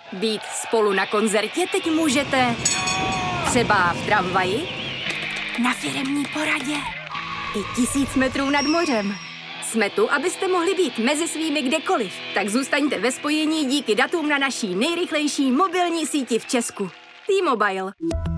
Být spolu na koncertě teď můžete třeba v tramvaji, na firemní poradě i 1000 metrů nad mořem. Jsme tu, abyste mohli být mezi svými kdekoliv. Tak zůstaňte ve spojení díky datům na naší nejrychlejší mobilní síti v Česku. T-Mobile.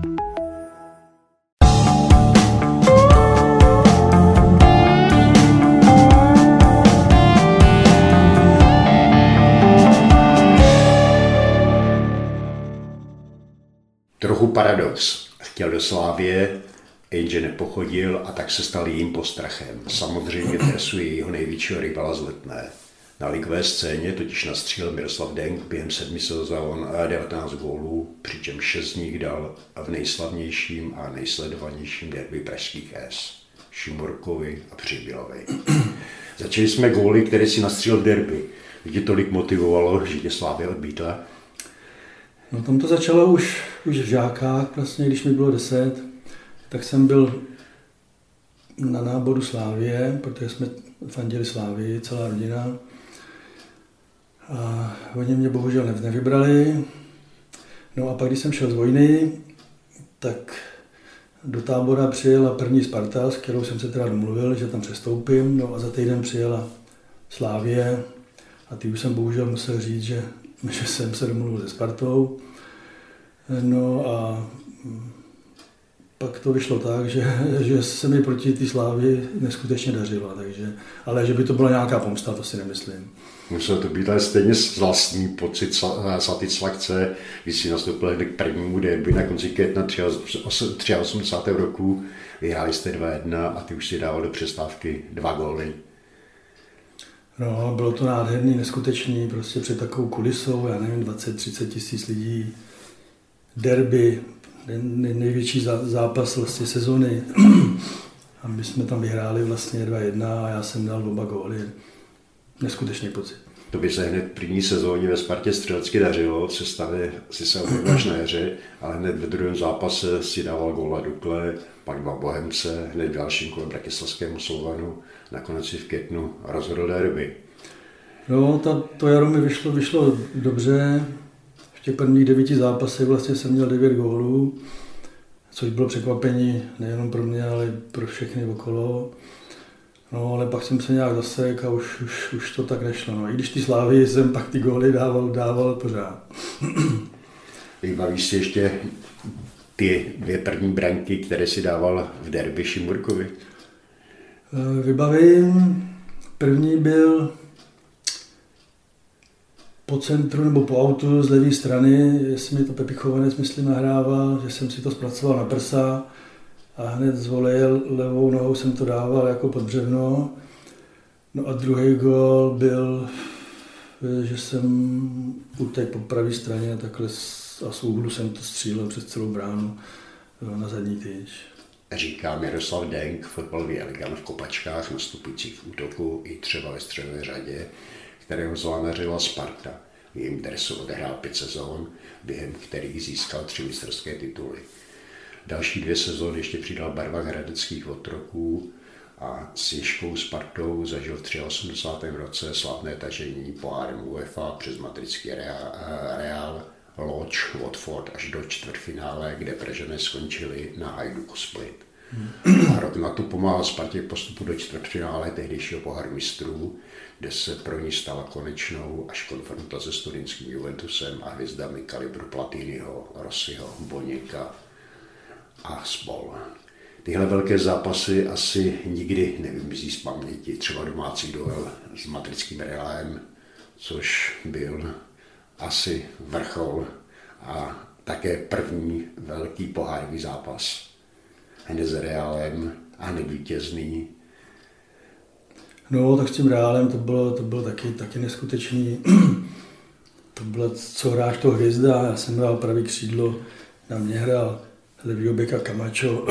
Trochu paradox. Chtěl do Slavie, jenže nepochodil a tak se stal jejím postrachem. Samozřejmě tresuje jeho největšího rivala z Letné. Na ligové scéně totiž nastřílel Miroslav Denk během 7 sezón 19 gólů, přičemž 6 z nich dal v nejslavnějším a nejsledovanějším derby pražských S. Šimurkovi a Přibylovi. Začali jsme góly, které si nastřílel v derby. Tě tolik motivovalo, že tě Slavie odmítla? No tam to začalo už v žákách, vlastně, když mi bylo 10, tak jsem byl na náboru Slavie, protože jsme fandili Slavii, celá rodina. A oni mě bohužel nevybrali. No a pak, když jsem šel z vojny, tak do tábora přijela první Sparta, s kterou jsem se teda domluvil, že tam přestoupím. No a za týden přijela Slavie a ty už jsem bohužel musel říct, že jsem se domluvil se Spartou. No a pak to vyšlo tak, že se mi proti té Slávii neskutečně dařilo, takže, ale že by to byla nějaká pomsta, to si nemyslím. Musel to být ale stejně vlastní pocit satisfakce, když si nastoupil k prvnímu derby na konci května 83. roku, vyhráli jste 2-1 a ty už si dával do přestávky 2 góly. No, bylo to nádherný, neskutečný, prostě před takovou kulisou, já nevím, 20-30 tisíc lidí, derby, největší zápas vlastně sezony. A my jsme tam vyhráli vlastně 2-1 a já jsem dal 2 góly. Neskutečný pocit. To by se hned v první sezóně ve Spartě střelecky dařilo, v sestavě si se objevil na jaře, ale hned ve druhém zápase si dával góla Dukle, pak 2 Bohemce, hned v dalším kolem Bratislavskému Slovanu, nakonec si v květnu rozhodl derby. No, to jaro mi vyšlo dobře. V těch prvních 9 zápasech vlastně jsem měl 9 gólů, což bylo překvapení nejenom pro mě, ale pro všechny okolo. No, ale pak jsem se nějak zasek a už to tak nešlo. No. I když ty Slávy jsem pak ty góly dával pořád. Vybavíš si ještě ty 2 první branky, které si dával v derby Šimurkovi? Vybavím. První byl po centru nebo po autu z levé strany, jestli mi to Pepi Chovanec, myslím, nahrával, že jsem si to zpracoval na prsa a hned z voleje levou nohou jsem to dával jako pod břevno. No a druhý gól byl, že jsem utekl po pravé straně a takhle a z úhlu jsem to střílel přes celou bránu na zadní tyč. Říká Miroslav Denk, fotbalový elegant v kopačkách, nastupujících v útoku i třeba ve středové řadě, kterého zlanařila Sparta. V jejím dresu odehrál 5 sezón, během kterých získal 3 mistrovské tituly. Další 2 sezóny ještě přidal v barvách hradeckých otroků a s Ježkou Spartou zažil v 83. roce slavné tažení pohárem UEFA přes madridský Real, Lodge, Watford až do čtvrtfinále, kde Pražané skončili na Hajduku Split. A rok na to pomáhal Spartě k postupu do čtvrtfinále tehdejšího poháru mistrů, kde se pro ní stala konečnou až konfrontace s turínským Juventusem a hvězdami kalibru Platiniho, Rossiho, Boněka a spol. Tyhle velké zápasy asi nikdy nevymizí z paměti, třeba domácí duel s madridským Realem, což byl asi vrchol a také první velký pohárový zápas. Hned s Realem a hned vítězný. No, tak s tím Realem to bylo taky neskutečný. To bylo, co hráš to hvězda, já jsem hrál pravý křídlo, na mě hrál levýho beka Camacho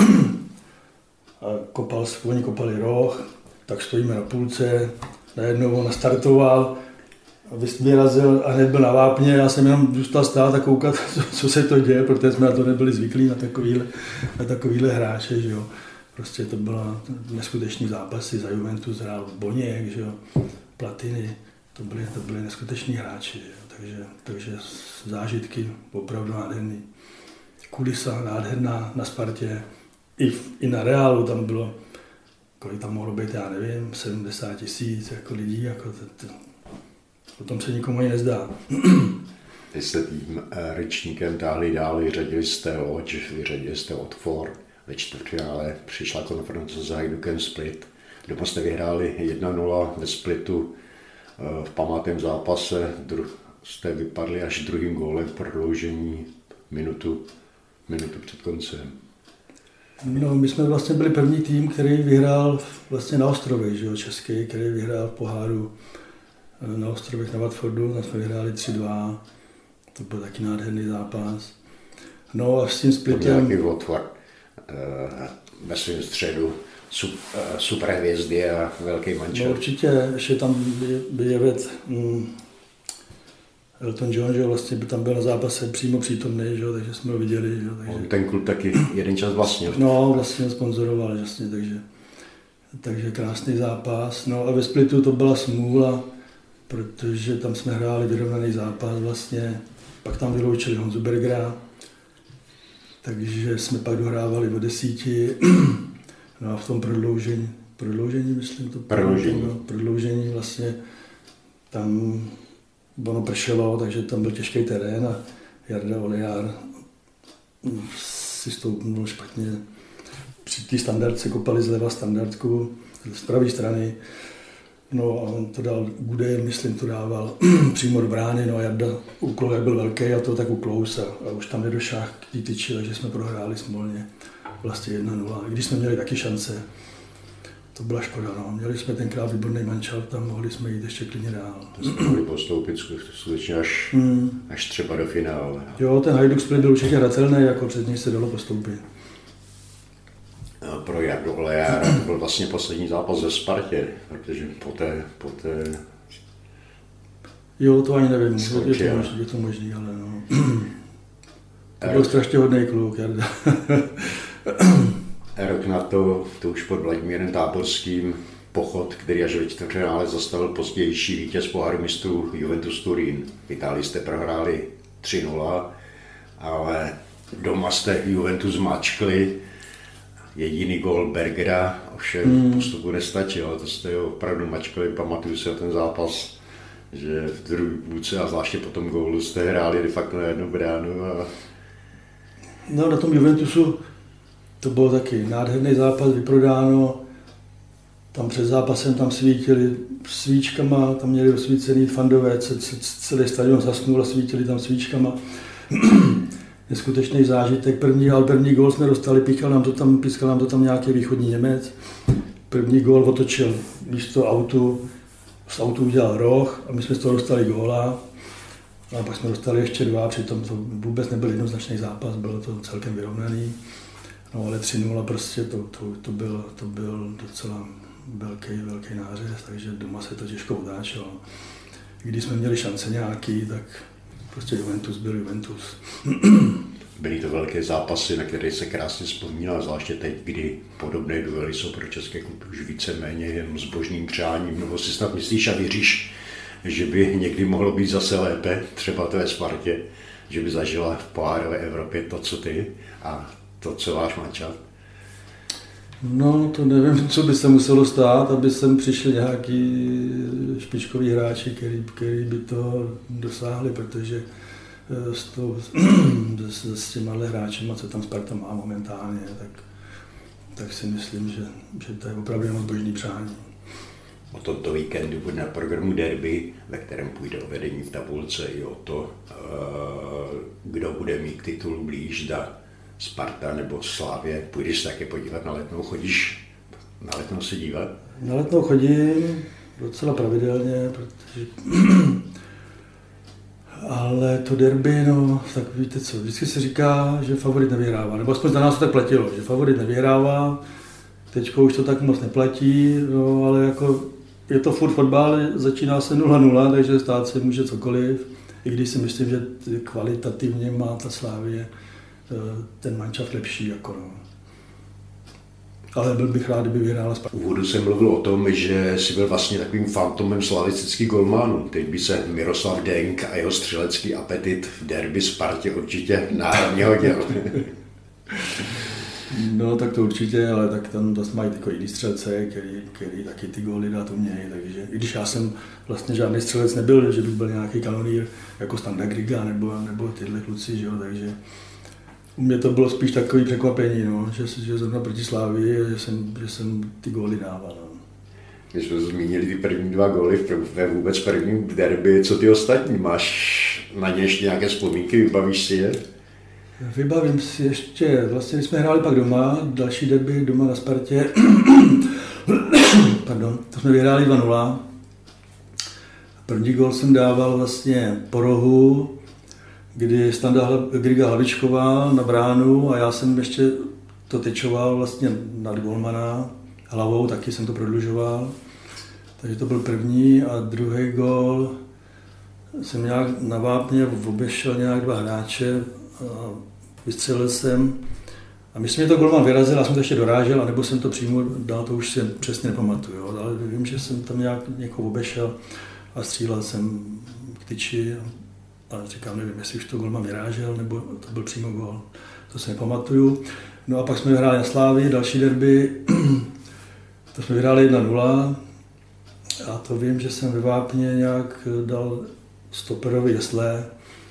a oni kopali roh, tak stojíme na půlce, najednou on nastartoval, vyrazil a hned byl na vápně, já jsem jenom zůstal stát a koukat, co se to děje, protože jsme na to nebyli zvyklí, na takovýhle hráče, že jo. Prostě to bylo neskutečný zápasy, za Juventus hrál Boněk, že jo, Platini, to byli neskuteční hráči, že jo. takže zážitky opravdu nádherný. Kulisa nádherná na Spartě, i na Reálu tam bylo, kolik tam mohlo být, já nevím, 70 000 jako lidí, jako o tom se nikomu nezdá. Vy jste tím ročníkem táhli dál, vyřadili jste Lodž, vyřadili jste Watford, ve čtvrtfinále přišla konfrontace s Hajdukem Split. Doma jste vyhráli 1-0 ve Splitu, v památném zápase jste vypadli až druhým gólem v prodloužení minutu před koncem. No, my jsme vlastně byli první tým, který vyhrál vlastně na ostrovech, že jo, český, který vyhrál v poháru na ostrovech na Watfordu, tam jsme vyhráli 3-2, to byl taky nádherný zápas. No a s tím Splitem... Nějaký Watford ve svém středu, super hvězdy a velký mančel. No určitě, ještě tam by Jevet, Elton John, že vlastně by tam byl na zápase přímo přítomný, že, takže jsme ho viděli. Že, takže... Ten klub taky jeden čas vlastnil. No, vlastně sponzoroval, jasně, takže krásný zápas. No a ve Splitu to byla smůla, protože tam jsme hráli vyrovnaný zápas vlastně, pak tam vyloučili Honzu Bergera, takže jsme pak dohrávali o 10. No a v tom prodloužení myslím to. Prodloužení vlastně tam ono pršelo, takže tam byl těžký terén a Jarda Olejár si stoupnul špatně. Při té standardce kopali zleva standardku z pravé strany. No a on to dal, Gude, myslím, to dával přímo do brány, no a Jarda úkol, jak byl velký, a to tak uklous a už tam nedošáhl k té tyči, takže jsme prohráli smolně vlastně 1-0. I když jsme měli taky šance, to byla škoda, no. Měli jsme tenkrát výborný mančal, tam mohli jsme jít ještě klidně dál. To jsme mohli postoupit skutečně až třeba do finále. Jo, ten Hajduk Split byl určitě hratelný, jako před něj se dalo postoupit. Pro Jardu Olejára to byl vlastně poslední zápas ve Spartě, protože poté jo, to ani nevím, je to možný, ale no. To byl strašně hodný kluk, Jarda. Rok na to už pod Vladimírem Táborským pochod, který až ve čtvrtfinále zastavil pozdější vítěz poháru mistrů Juventus Turín. V Itálii jste prohráli 3-0, ale doma jste Juventus mačkli. Jediný gól Bergera, ovšem postupu nestačil, to jste ho opravdu mačkali, pamatuju si na ten zápas, že v druhé půlce a zvláště po tom gólu jste hráli de facto na jednu bránu. No na tom Juventusu to byl taky nádherný zápas, vyprodáno, tam před zápasem tam svítili svíčkama, tam měli osvícený fandové, celý stadion zasnul a svítili tam svíčkama. Neskutečný zážitek. První gól jsme dostali, pískal nám to tam nějaký východní Němec. První gól otočil místo z autu udělal roh a my jsme z toho dostali góla. A pak jsme dostali ještě 2, přitom to vůbec nebyl jednoznačný zápas, bylo to celkem vyrovnaný. No ale 3-0 prostě to byl docela velký nářez, takže doma se to těžko otáčelo. Když jsme měli šance nějaký, tak prostě Juventus byl Juventus. Byly to velké zápasy, na které se krásně vzpomíná, zvláště teď, kdy podobné duely jsou pro české kluby už víceméně jen zbožným přáním. Nebo si snad myslíš a věříš, že by někdy mohlo být zase lépe, třeba to ve Spartě, že by zažila v pohárové Evropě to, co ty a to, co váš mančat? No, to nevím, co by se muselo stát, aby sem přišli nějaký špičkoví hráči, který by to dosáhli, protože s těma hráčema, co tam Sparta má momentálně, tak si myslím, že to je opravdu jenom zbožný přání. O tomto víkendu bude na programu derby, ve kterém půjde o vedení v tabulce i o to, kdo bude mít titul blíž, zda Sparta nebo Slavie. Půjdeš se také podívat na Letnou? Chodíš na Letnou se dívat? Na Letnou chodím docela pravidelně, protože... Ale to derby, no, tak víte co, vždycky se říká, že favorit nevyhrává, nebo aspoň za nás to tak platilo, že favorit nevyhrává, teďko už to tak moc neplatí, no, ale jako je to furt fotbal, začíná se 0-0, takže stát se může cokoliv, i když si myslím, že kvalitativně má ta Slavie ten mančaft lepší, jako no. ale byl bych rád, kdyby vyhrála Sparta. V úvodu jsem mluvil o tom, že jsi byl vlastně takovým fantomem slavistických golmanů. Teď by se Miroslav Denk a jeho střelecký apetit v derby Spartě určitě náhradně hodil. No tak to určitě, ale tak tam zase mají takový jiný střelce, který taky ty góly dát umějí, takže i když já jsem vlastně žádný střelec nebyl, že bych byl nějaký kanonýr jako Standa Griga nebo tyhle kluci, že jo, takže u mě to bylo spíš takový překvapení, no, že zrovna proti Slávii, že jsem ty góly dával. No. Když jsme zmínili ty první 2 góly ve vůbec prvním derby, co ty ostatní? Máš na ně ještě nějaké vzpomínky, vybavíš si je? Vybavím si ještě, vlastně když jsme hráli pak doma, další derby doma na Spartě, pardon, to jsme vyhráli 2-0. První gól jsem dával vlastně po rohu, kdy Standa Griga hlavičkoval na bránu a já jsem ještě to tečoval vlastně nad golmana hlavou, taky jsem to prodlužoval. Takže to byl první a druhý gól jsem nějak na vápně obešel nějak 2 hráče a vystřelil jsem. A myslím, že to golman vyrazil, já jsem to ještě dorážel, anebo jsem to přímo dal, to už si přesně nepamatuju. Ale vím, že jsem tam nějak někoho obešel a střílel jsem k tyči. A říkám, nevím, jestli už to golman vyrážel, nebo to byl přímo gól. To si nepamatuju. No a pak jsme vyhráli na Slávii, další derby. To jsme vyhráli 1-0. A to vím, že jsem ve vápně nějak dal stoperovi jesle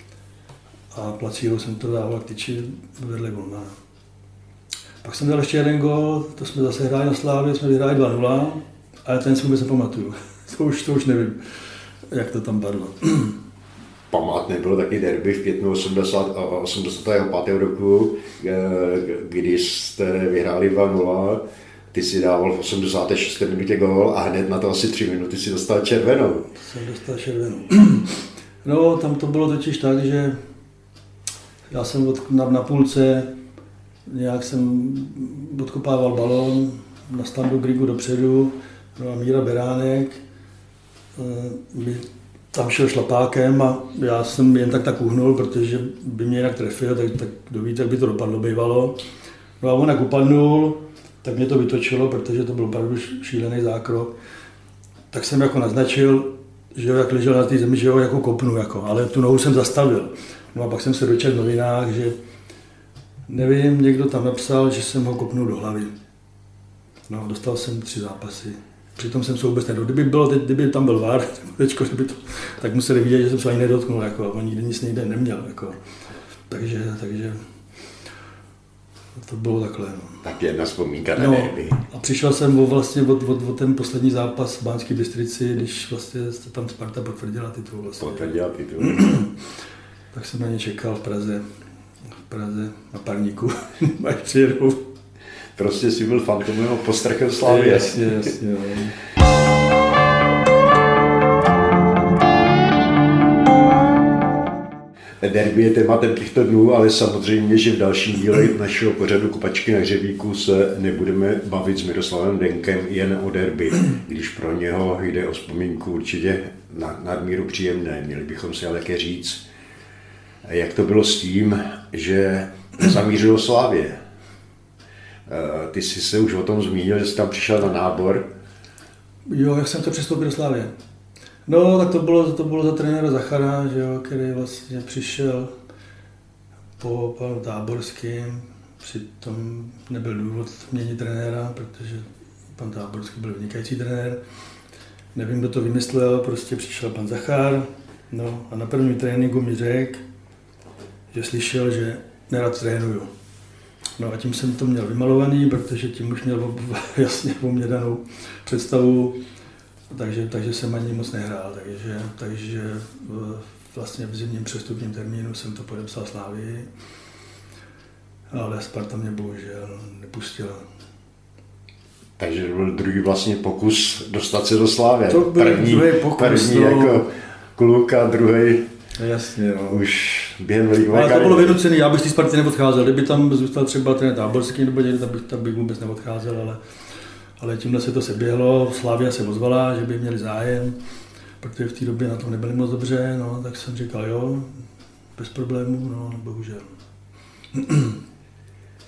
a placíru jsem to dával k tyči vedle golmana. Pak jsem dal ještě jeden gól, to jsme zase hráli na Slávii, jsme vyhráli 2-0, ale ten si vůbec nepamatuju. To už nevím, jak to tam padlo. Památné bylo taky derby v 85. roku, kdy jste vyhráli 2-0. Ty si dával v 86. minutě gól a hned na to asi 3 minuty si dostal červenou. Jsem dostal červenou. No, tam to bylo totiž tak, že já jsem na půlce nějak jsem odkopával balón na Standu Grigu dopředu, no a Míra Beránek tam šel šlapákem a já jsem jen tak uhnul, protože by mě jinak trefil, tak kdo ví, tak by to dopadlo bývalo. No a on jak upadnul, tak mě to vytočilo, protože to byl opravdu šílený zákrok. Tak jsem jako naznačil, že jo, jak ležel na té zemi, že ho jako kopnu, jako, ale tu nohu jsem zastavil. No a pak jsem se dočetl v novinách, že nevím, někdo tam napsal, že jsem ho kopnul do hlavy. No, dostal jsem 3 zápasy. Přitom jsem se vůbec nedotknul. Kdyby tam byl VAR, tak museli vidět, že jsem se ani nedotknul, jako, a on nikdy nic nejde neměl. Jako. Takže to bylo takhle. No. Tak jedna vzpomínka na derby. A přišel jsem vlastně o ten poslední zápas v Banské Bystrici, když vlastně tam Sparta potvrdila titul. Vlastně. Potvrdila titul. Tak jsem na ně čekal v Praze na Parníku, až přijedou. Prostě jsi byl fantomem a postrchem Slávy. Jasně. Derby je tématem těchto dnů, ale samozřejmě, že v dalším díle našeho pořadu Kopačky na hřebíku se nebudeme bavit s Miroslavem Denkem jen o derby, když pro něho jde o vzpomínku určitě nadmíru příjemné. Měli bychom si ale také říct, jak to bylo s tím, že zamířilo Slávě. Ty jsi se už o tom zmínil, že jsi tam přišel na nábor. Jo, jak jsem to přestoupil do Slávie. No, tak to bylo za trenéra Zachara, že jo, který vlastně přišel po panu Táborským. Přitom nebyl důvod měnit trenéra, protože pan Táborský byl vynikající trenér. Nevím, kdo to vymyslel, prostě přišel pan Zachar. No a na prvním tréninku mi řekl, že slyšel, že nerad trénuju. No a tím jsem to měl vymalovaný, protože tím už měl jasně po mě danou představu, takže jsem ani moc nehrál. Takže vlastně v zimním přestupním termínu jsem to podepsal Slávii, ale Sparta mě bohužel nepustila. Takže to byl druhý vlastně pokus dostat se do Slávy. To byl druhý pokus. První jako kluk a druhý. Jasně, no. Už během ligové ale to bylo vynucené, já bych z té Sparty neodcházel. Kdyby tam zůstal třeba ten Táborský nebo někde, tak bych vůbec neodcházel, ale tímhle se to seběhlo. Slavia se ozvala, že by měli zájem, protože v té době na tom nebyli moc dobře, no, tak jsem říkal jo, bez problémů, no, bohužel.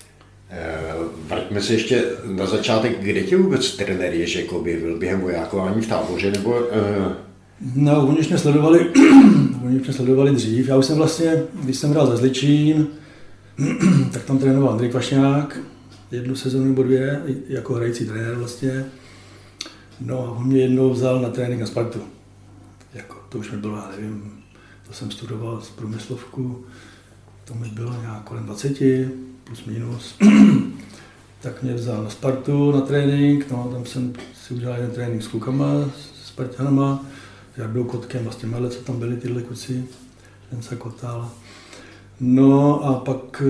Vraťme se ještě na začátek, kde tě vůbec trenér Ježek objevil během vojákování v táboře, nebo... No, oni už mě sledovali dřív. Já už jsem vlastně, když jsem hrál za Zličín, tak tam trénoval Andrej Kvašňák, 1 sezonu nebo 2, jako hrající trenér vlastně. No a on mě jednou vzal na trénink na Spartu. Jako, to už mi bylo, já nevím, to jsem studoval z průmyslovku, to mi bylo nějak kolem 20, plus minus. Tak mě vzal na Spartu na trénink, no tam jsem si udělal jeden trénink s klukama, s Spartanama, s Jardou Kotkem a s těma, co tam byli tyhle kluci, Jensa Kotal. No a pak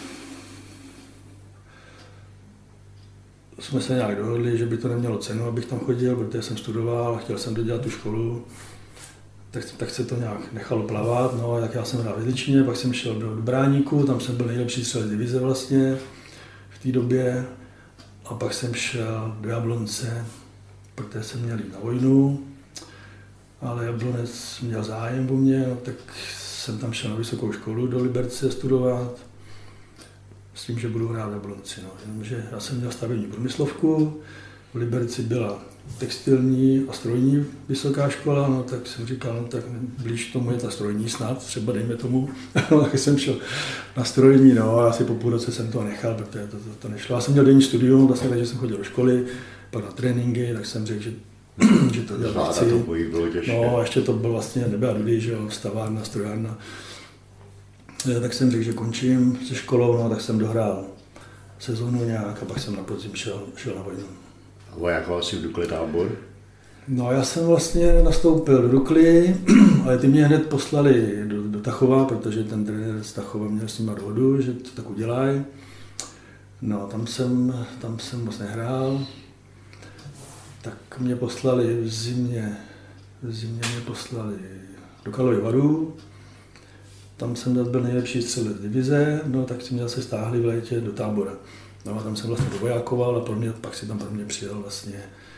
jsme se nějak dohodli, že by to nemělo cenu, abych tam chodil, protože jsem studoval a chtěl jsem dodělat tu školu. Tak se to nějak nechalo plavat, no a tak já jsem hrál v Zličině, pak jsem šel do Bráníku, tam jsem byl nejlepší střelec divize vlastně v té době. A pak jsem šel do Jablonce, protože jsem měl jít na vojnu, ale Jablonec měl zájem o mě, no, tak jsem tam šel na vysokou školu do Liberce studovat s tím, že budu hrát v Jablonci. No. Jenomže já jsem měl stavební průmyslovku, v Liberci byla textilní a strojní vysoká škola, no tak jsem říkal, no tak blíž tomu je ta strojní snad, třeba dejme tomu. Tak jsem šel na strojní, no a asi po půl roce jsem to nechal, protože to nešlo. Já jsem měl denní studium, vlastně takže jsem chodil do školy, pak na tréninky, tak jsem řekl, že to dělat nechci. No a ještě to byl vlastně nebyla dudy, že jo, stavárna, strojárna. Tak jsem řekl, že končím se školou, no tak jsem dohrál sezonu nějak a pak jsem na podzim šel na vojnu. Vojákoval jsi v Dukle Tábor? No já jsem vlastně nastoupil do Dukly, ale ty mě hned poslali do Tachova, protože ten trenér z Tachova měl s nima dohodu, že to tak udělají. No tam jsem moc nehrál, tak mě poslali v zimě mě poslali do Karlovy Varu. Tam jsem byl nejlepší střelec divize, no tak si mě zase stáhli v létě do Tábora. No a tam jsem vlastně dovojákoval a pak si tam pro mě přijel vlastně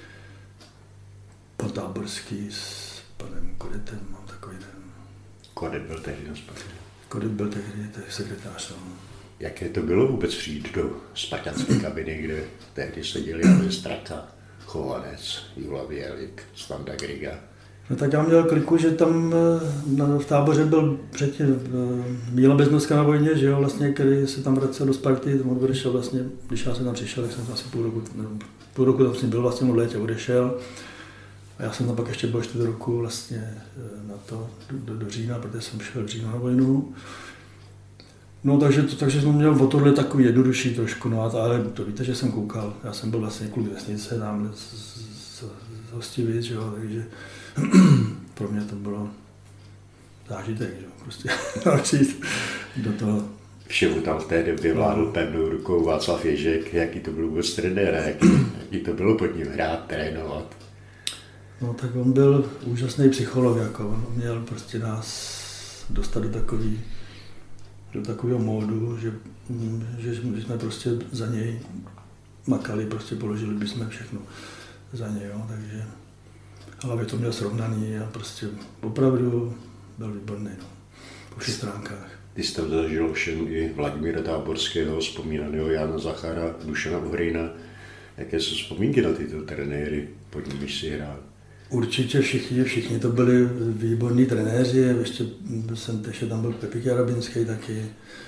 Potáborský s panem Kodetem, mám takový den. Kodet byl tehdy na Spartě. Kodet byl tehdy sekretář. No. Jaké to bylo vůbec přijít do spartanské kabiny, kde tehdy seděli Jan Straka, Chovanec, Jula Bělik, Standa Griga? No tak já měl kliku, že tam v Táboře byl předtím Míla Beznoska na vojně, že jo, vlastně, který se tam vracel do Sparty, on odešel vlastně, když já jsem tam přišel, tak jsem asi půl roku tam s ním byl, vlastně od létě odešel. A já jsem tam pak ještě byl 4 roku vlastně na to, do října, protože jsem šel v říjnu na vojnu. No takže jsem měl o tohle takový jednodušší trošku, no ale to víte, že jsem koukal, já jsem byl vlastně kluk vesnice, tamhle z Hostivic, že jo, takže pro mě to bylo zážitek, že jo, prostě přijít do toho. Všemu tam v té době vládl pevnou rukou Václav Ježek, jaký to byl vůbec trenér, jaký to bylo pod ním hrát, trénovat. No tak on byl úžasný psycholog, jako on měl prostě nás dostat do takového módu, že jsme prostě za něj makali, prostě položili bychom všechno za něj, jo, takže hlavně to měl srovnaný a prostě opravdu byl výborný, no, po všech stránkách. Ty jsi tam zažil všem i Vladimíra Táborského, vzpomínaného Jana Zachara, Dušana Uhrejna. Jaké jsou vzpomínky na tyto trenéry, pod nimi si hrál? Určitě všichni to byli výborní trenéři, ještě tam byl Pepík Jarabinský taky,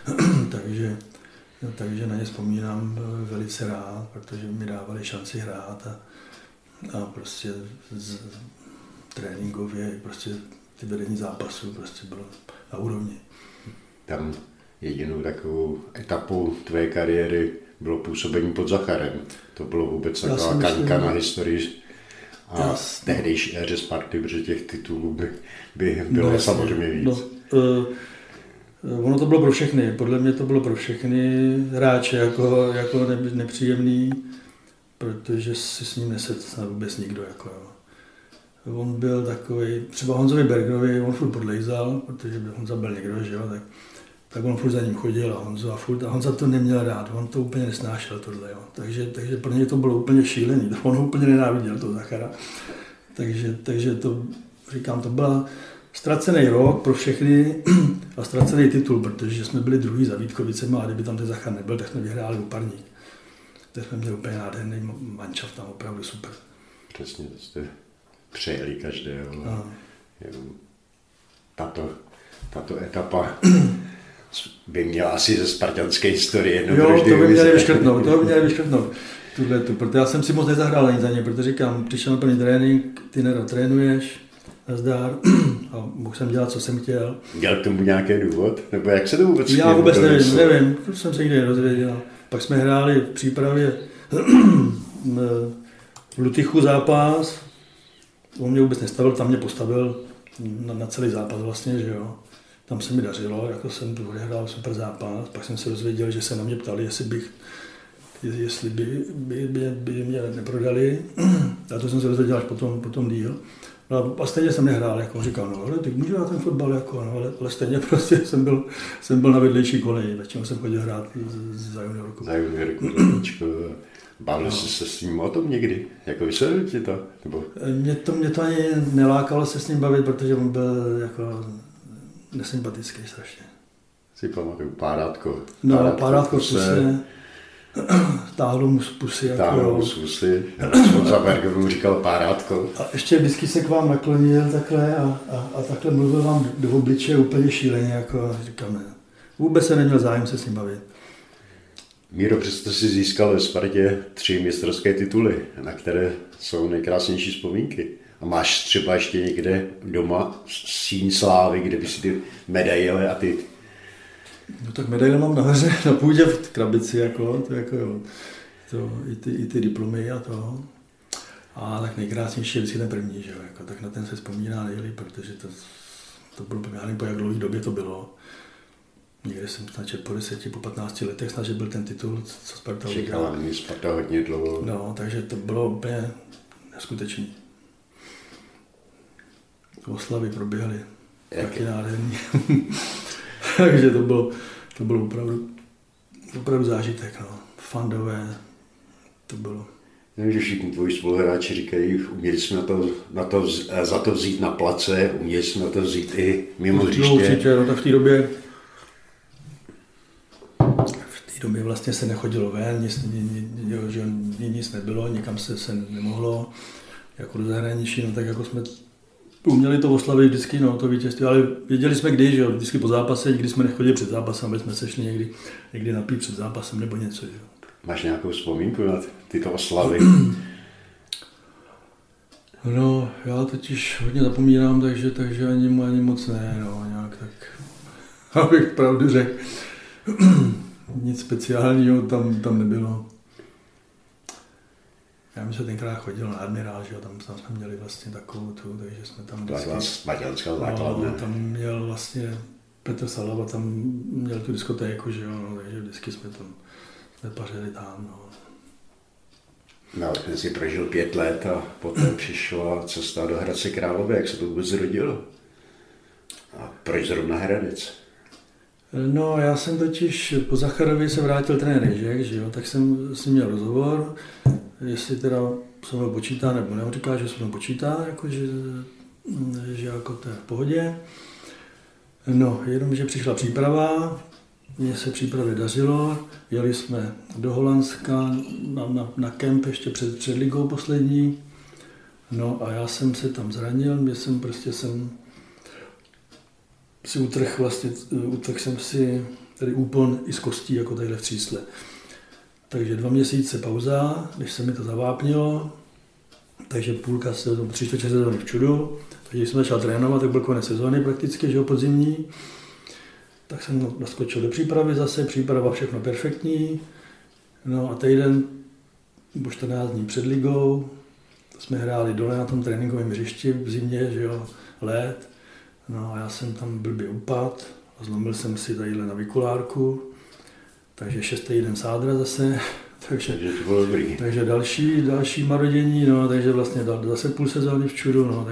takže na ně vzpomínám velice rád, protože mi dávali šanci hrát a prostě tréninkově prostě ty vedení zápasů prostě bylo na úrovni. Tam jedinou takovou etapou tvé kariéry bylo působení pod Zacharem. To bylo vůbec taková kaňka na historii a tehdejší éře Sparty, protože těch titulů by bylo samozřejmě víc. Ono to bylo pro všechny, podle mě to bylo pro všechny hráče jako nepříjemný, protože si s ním nesedl snad vůbec nikdo. Jako, jo. On byl takový, třeba Honzovi Bergerovi, on furt podlejzal, protože Honza byl někdo, že jo, tak on furt za ním chodil a Honza to neměl rád, on to úplně nesnášel tohle, jo. Takže pro něj to bylo úplně šílený, on ho úplně nenáviděl, toho Zachara. Takže to, říkám, to byla ztracený rok pro všechny a ztracený titul, protože jsme byli druhý za Vítkovicema a kdyby tam ten Zachar nebyl, tak jsme vyhráli u Parník. Tak jsme měli úplně nádherný manšaft tam, opravdu super. Přesně, to jste přejeli každého. Tato etapa by měla asi ze spartanské historie jednou. Jo, to by měli vyškrtnout. Tuhletu, protože já jsem si moc nezahrál ani za ně, protože říkám, přišel na plný trénink, ty trénuješ, nazdár, a mohl jsem dělat, co jsem chtěl. Měl k tomu nějaký důvod? Nebo jak se to vůbec chtěl? Já vůbec nevím, to jsem se nikdy nedozvěděl. Pak jsme hráli v přípravě v Lutychu zápas, on mě vůbec nestavil, tam mě postavil na celý zápas vlastně, že jo. Tam se mi dařilo, jako jsem tu odehrál super zápas, pak jsem se dozvěděl, že se na mě ptali, jestli by mě neprodali, a to jsem se dozvěděl až potom díl. No a stejně jsem nehrál, jako říkal, no ale ty můžu hrát ten fotbal, jako, no, ale stejně prostě jsem byl na vedlejší koleji, většinou jsem chodil hrát za juniorku. Za juniorku, bavil jsi se s ním o tom někdy? Jako vysvětlil ti to? Nebo... Mě to ani nelákalo se s ním bavit, protože on byl jako nesympatický strašně. Si pamatuju, Párátko. No, Párátko v puse. Táhlo mu z pusy. Táhlo mu z pusy. Za Berger mu říkal Párátko. A ještě vždycky se k vám naklonil takhle a takhle mluvil vám do obličeje úplně šíleně, jako říkám, ne. Vůbec se neměl zájem se s ním bavit. Míro, přesto si získal ve Spartě 3 mistrovské tituly, na které jsou nejkrásnější vzpomínky. A máš třeba ještě někde doma síň slávy, kde by si ty medaile a ty... No tak medaile mám nahoře na půdě v krabici, jako, to jako jo. I ty diplomy a to. A tak nejkrásnější je vždycky ten první, že jo. Jako, tak na ten se vzpomíná nejlíp, protože to bylo, já nevím, po jak dlouhé době to bylo. Někde jsem snad po 10, po 15 letech snad, že byl ten titul, co Sparta udělal. Čekala mě Sparta hodně dlouho. No, takže to bylo úplně neskutečné. Oslavy proběhly taky nádherný. Takže to bylo opravdu zážitek, no. Fandové, to bylo. Nevím, že všichni tvoji spoluhráči říkají, uměli jsme za to vzít na place, uměli jsme to vzít i mimo hřiště. No, určitě, no tak v té době vlastně se nechodilo ven, nic nebylo, nikam se nemohlo, jako do zahraničí, no tak jako jsme uměli to oslavit vždycky, no, to vítězství, ale věděli jsme kdy, že jo, vždycky po zápase, nikdy jsme nechodili před zápasem, aby jsme se šli někdy napít před zápasem nebo něco, že jo. Máš nějakou vzpomínku na tyto oslavy? No, já totiž hodně zapomínám, takže ani moc ne, no, nějak tak, abych pravdu řekl, nic speciálního tam nebylo. Já myslím, že tenkrát chodil na Admirál, že jo, tam jsme měli vlastně takovou tu, takže jsme tam Maďarská základna. Tam měl vlastně Petr Salava, tam měl tu diskotéku, že jo, no, takže vždycky jsme tam pařili tam, no. No, ten si prožil 5 let a poté přišla cesta do Hradce Králové, jak se to vůbec zrodilo? A proč zrovna Hradec? No, já jsem totiž po Zacharovi se vrátil trenér Ježek, že jo, tak jsem s ním měl rozhovor, jestli teda se mnou počítá nebo ne, on říká, že se mnou počítá, jako, že jako to je v pohodě. No, jenomže přišla příprava, mně se přípravě dařilo, jeli jsme do Holandska na kemp ještě před ligou poslední, no a já jsem se tam zranil, jsem si utrhl jsem si tady úpon i z kostí, jako tadyhle v třísle. Takže 2 měsíce pauza, než se mi to zavápnilo, takže půlka se 3/4 sezóny v čudu, takže když jsem začal trénovat, tak byl konec sezóny prakticky, že jo, podzimní. Tak jsem naskočil do přípravy zase, příprava všechno perfektní. No a týden, nebo 14 dní před ligou, jsme hráli dole na tom tréninkovém hřišti v zimě, že jo, led. No a já jsem tam blbě upadl a zlomil jsem si tadyhle navikulárku, takže 6. den sádra zase, takže další marodění, no, takže vlastně zase půl sezóny v čudu, no,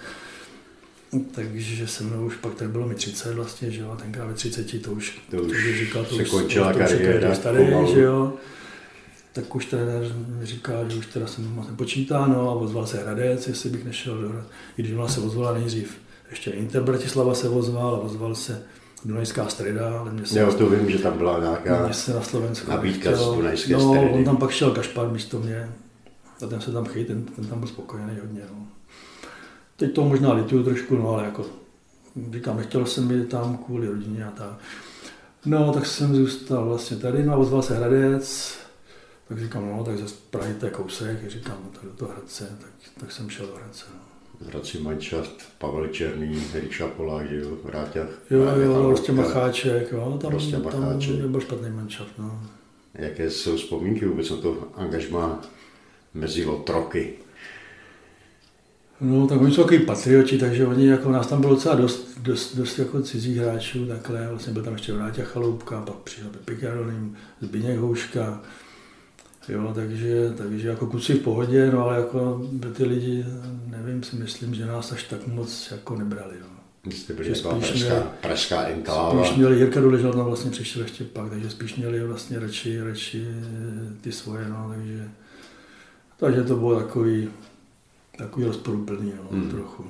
takže se mnou už pak tak bylo mi 30 vlastně, že jo, a tenkrát ve 30 to už říkal, to se už končila kariéra, starý, že jo. Tak už trenér mi říká, že už teda se moc nepočítá, no a ozval se Hradec, jestli bych nešel do Hradce, i když ona se ozvala nejdřív ještě Inter Bratislava se ozval se Dunajská Streda, ale mě se... Já to vím, že tam byla nějaká na Slovensku nabídka z Dunajské Stredy. Stredy. No, on tam pak šel Kašpar místo mě a ten se tam chyt, ten tam byl spokojený hodně. No. Teď to možná lituju trošku, no ale jako říkám, nechtěl jsem jít tam kvůli rodině a tak. No, tak jsem zůstal vlastně tady, no a ozval se Hradec, tak říkám, no, tak ze Prahy to je kousek, říkám, no, tak do toho Hradce, tak jsem šel do Hradce, no. V Hradci manšaft, Pavel Černý, Ríša Polák, jo, Vráťa. Jo, Rostě Macháček, jo, tam Macháček. nebyl špatný manšaft, no. Jaké jsou vzpomínky vůbec na to angažmá mezi otroky? No, tak oni jsou takový patrioti, takže oni, jako nás tam bylo docela dost jako cizích hráčů, takhle, vlastně byl tam ještě Vráťa Chaloupka, pak přišel Pepik Jarolim, Zbyněk Houška, jo, takže jako kluci v pohodě, no ale jako ty lidi, nevím, si myslím, že nás až tak moc jako nebrali, no. Vy jste byli taková pražská enkláva. Spíš měli, Jirka Doležal tam vlastně přišel ještě pak, takže spíš měli vlastně radši ty svoje, no, takže to bylo takový rozporuplný, no, trochu.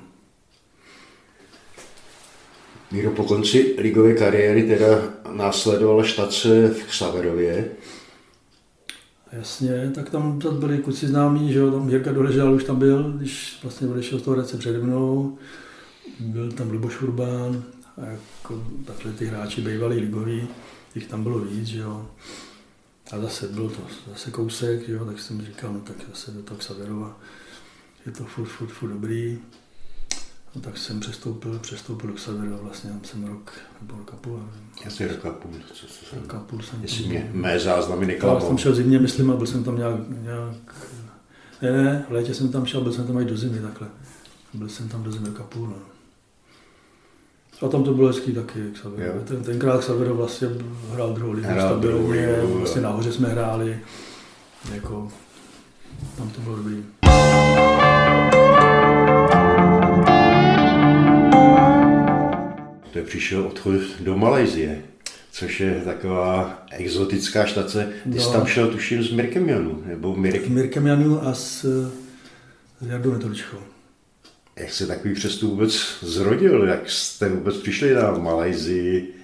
Míro, po konci ligové kariéry teda následovala štace v Xaverově. Jasně, tak tam byli kluci známí, že jo, tam Jirka Doležal už tam byl, když vlastně odešel z toho Hradce přede mnou. Byl tam Luboš Urbán a jako takhle ty hráči bývalí ligoví, těch tam bylo víc, že jo. A zase byl to zase kousek, že jo, tak jsem říkal, no tak zase do toho Xaverova. Je to furt dobrý. No, tak jsem přestoupil do Xaverova, vlastně tam jsem rok a půl. Jasně, rok a půl. Rok a půl jsem jestli mě mé záznamy neklamou. Já jsem šel zimně, myslím, a byl jsem tam nějak... Ne, v létě jsem tam šel, byl jsem tam i do zimy takhle. Byl jsem tam do zimy rok a půl, no. A tam to bylo hezký taky, Xaverov. Tenkrát Xaverov vlastně hrál druhou ligu stabilně, vlastně nahoře jsme hráli, jako tam to bylo dobrý. To je přišel odchod do Malajsie, což je taková exotická štace. Ty jsi tam šel, tuším, s Mirkem Janu, nebo Mirkem Janu a s Jardou Netoličkou. Jak se takový přestup vůbec zrodil? Jak jste vůbec přišli na Malajsii?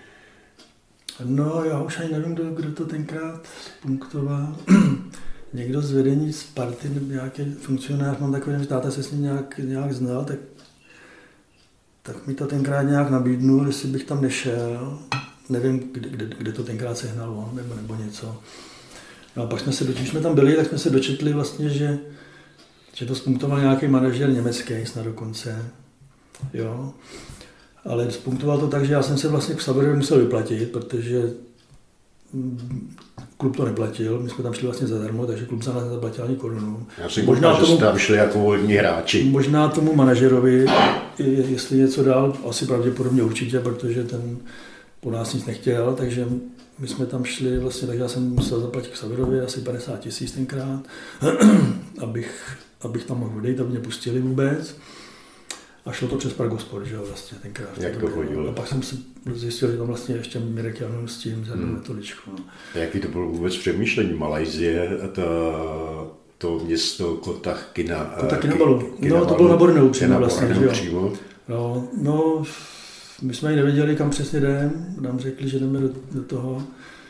No, já už ani nevím, kdo to tenkrát spunktoval. Někdo z vedení Sparty, nějaký funkcionář, mám takový, že táta se s ním nějak znal, tak mi to tenkrát nějak nabídnul, jestli bych tam nešel. Nevím, kde to tenkrát sehnal on, nebo něco. No a pak když jsme tam byli, tak jsme se dočetli vlastně, že to spunktoval nějaký manažer německý snad dokonce. Jo. Ale spunktoval to tak, že já jsem se vlastně k Xaverovi musel vyplatit, protože klub to neplatil, my jsme tam šli vlastně zadarmo, takže klub za nás nezaplatil ani korunu. Já si možná, že jste tam šli jako volní hráči. Možná tomu manažerovi, jestli něco dál, asi pravděpodobně určitě, protože ten po nás nic nechtěl, takže my jsme tam šli vlastně, takže já jsem musel zaplatit Xaverovi asi 50 000 tenkrát, abych tam mohl odejít, aby mě pustili vůbec. A šlo to přes Pragosport, že jo, vlastně tenkrát. Jak to chodilo? A pak jsem si zjistil, že tam vlastně ještě Mirek Janu s tím Zardou Netoličkou. No. Jaký to bylo vůbec přemýšlení? Malajsie, to město Kota Kinabalu. No, to bylo na Borneu přímo vlastně, že jo. Přímo. No, my jsme ani nevěděli, kam přesně jdeme, nám řekli, že jdeme do toho.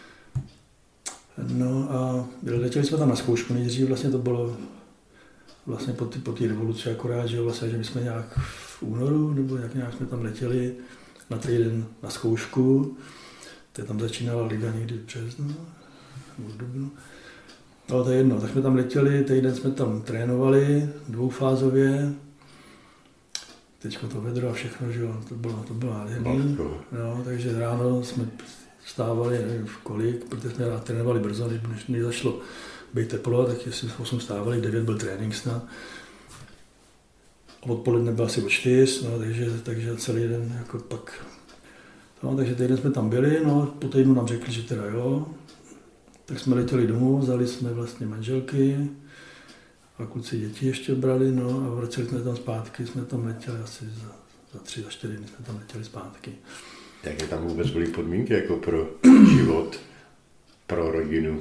No a letěli jsme tam na zkoušku nejdřív, vlastně to bylo vlastně po té revoluci akorát, že vlastně, že my jsme nějak v únoru, nebo nějak jsme tam letěli na týden na zkoušku. Tam začínala liga někdy v březnu, nebo v dubnu. No to je jedno, tak jsme tam letěli, týden jsme tam trénovali dvoufázově. Teďko to vedro a všechno, že jo, to bylo nádherný. No, takže ráno jsme vstávali, nevím v kolik, protože jsme trénovali brzo, než začalo být teplo, tak jestli v 8 stávali, 9 byl trénink snad. Odpoledne byl asi o 4, no, takže celý den jako pak. No, takže týden jsme tam byli, no, po týdnu nám řekli, že teda jo. Tak jsme letěli domů, vzali jsme vlastně manželky a kluci děti ještě brali, no a vraceli jsme tam zpátky, jsme tam letěli asi za 3, za 4 dny jsme tam letěli zpátky. Jaké tam vůbec byly podmínky jako pro život, pro rodinu?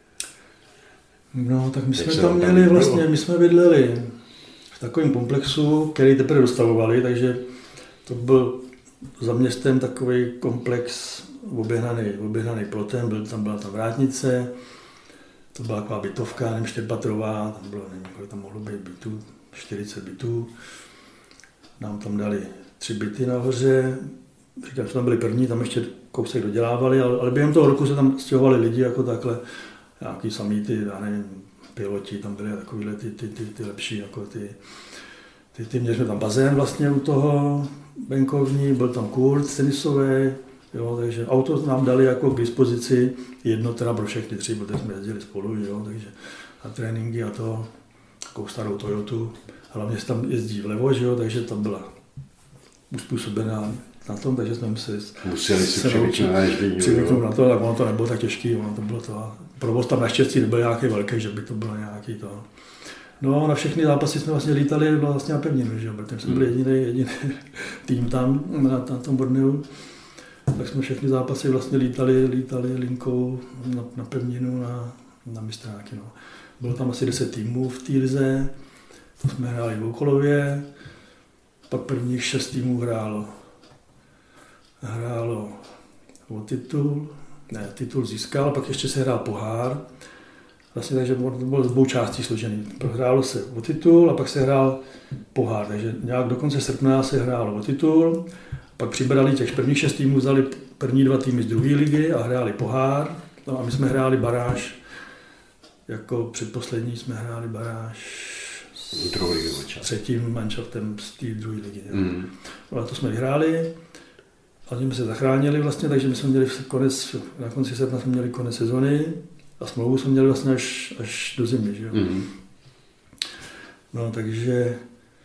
No, tak my jsme tam měli vlastně, my jsme bydleli v takovém komplexu, který teprve dostavovali, takže To byl za městem takový komplex oběhnaný plotem, byla tam vrátnice, to byla taková bytovka, nevím, 4patrová, tam bylo, nevím, kolik tam mohlo být bytů, 40 bytů. Nám tam dali 3 byty nahoře, říkám, že tam byli první, tam ještě kousek dodělávali, ale během toho roku se tam stěhovali lidi jako takhle, nějaký samý ty, já nevím, piloti, tam byly takovýhle ty lepší, jako měli jsme tam bazén vlastně u toho venkovní, byl tam kurt tenisový, jo, takže auto nám dali jako k dispozici, jedno teda pro všechny 3, protože jsme jezdili spolu, jo, takže na tréninky a to, takovou starou Toyotu, hlavně se tam jezdí vlevo, že jo, takže tam byla uspůsobená na tom, takže jsme museli si přivyknout na to, tak ono to nebylo tak těžký, ono to bylo to, provoz tam naštěstí nebyl nějaký velký, že by to bylo nějaký to. No, na všechny zápasy jsme vlastně lítali vlastně na pevninu, že jo, protože jsme byli jediný tým tam na tom Borneu, tak jsme všechny zápasy vlastně lítali linkou na pevninu, na mistráky, no. Bylo tam asi 10 týmů v té lize, to jsme hráli dvoukolově, pak prvních 6 týmů hrálo o titul získal, pak ještě se hrál pohár, vlastně takže to bylo z 2 částí složený. Hrálo se o titul a pak se hrál pohár, takže nějak do konce srpna se hrálo o titul, pak přibrali těch prvních 6 týmů, vzali první 2 týmy z druhé ligy a hráli pohár, no a my jsme hráli baráž, jako předposlední jsme hráli baráž s třetím manšaftem z té druhé ligy. No, to jsme vyhráli, a jsme se zachránili vlastně, takže my jsme měli na konci srpna jsme měli konec sezony a smlouvu jsme měli vlastně až do zimy, že jo. No, takže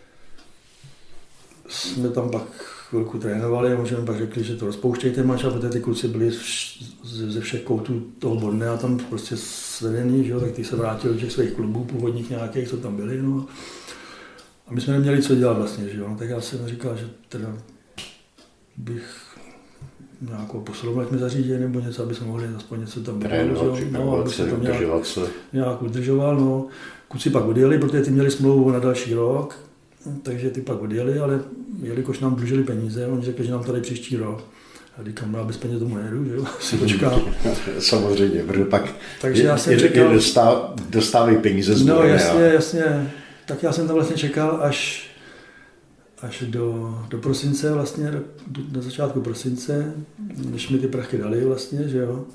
jsme tam pak chvilku trénovali a možná pak řekli, že to rozpouštějte manšaft, protože ty kluci byli ze všech koutů toho Bornea tam prostě svedený, že jo, tak ty se vrátili do těch svých klubů původních nějakých, co tam byli, no. A my jsme neměli co dělat vlastně, že jo, no, tak já jsem říkal, že teda bych nějakou posilovnu mi zařídili nebo něco, aby jsme mohli aspoň něco tam trénovat, no, aby se to nějak udržoval, no. Kluci pak odjeli, protože ty měli smlouvu na další rok, takže ty pak odjeli, ale jelikož nám dlužili peníze, oni řekli, že nám tady příští rok. A říkám, no, bez peněz tomu nejedu, že jo, si počkám. Samozřejmě, protože pak takže já jsem čekal, dostávají peníze z no jasně, tak já jsem tam vlastně čekal až do prosince vlastně, do začátku prosince, než mi ty prachy dali vlastně, že jo.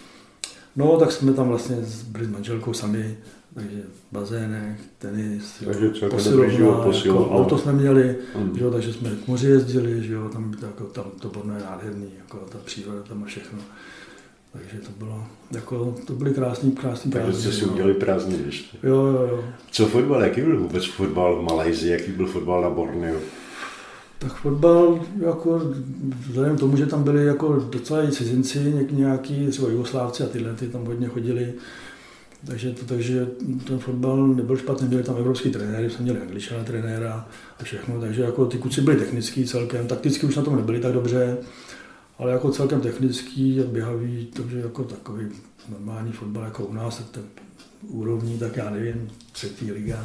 No, tak jsme tam vlastně byli s manželkou sami, takže bazének, tenis, posilovna, auto jsme měli, že jo, takže jsme k moři jezdili, že jo, tam to Borno je nádherný, jako ta příroda tam a všechno. Takže to bylo, jako, to byly krásný prázdniny. Takže jste si udělali prázdniny ještě. Jo. Co fotbal, jaký byl vůbec fotbal v Malajsii, jaký byl fotbal na Borneu? Tak fotbal, jako, vzhledem k tomu, že tam byli jako docela i cizinci, nějaký třeba Jugoslávci a tyhle, ty tam hodně chodili, takže ten fotbal nebyl špatný, byli tam evropský trenéry, jsme měli Angličana trenéra a všechno, takže jako ty kluci byli technický celkem, takticky už na tom nebyli tak dobře, ale jako celkem technický a běhavý, takže jako takový normální fotbal jako u nás, tak úrovní, tak já nevím, 3. liga,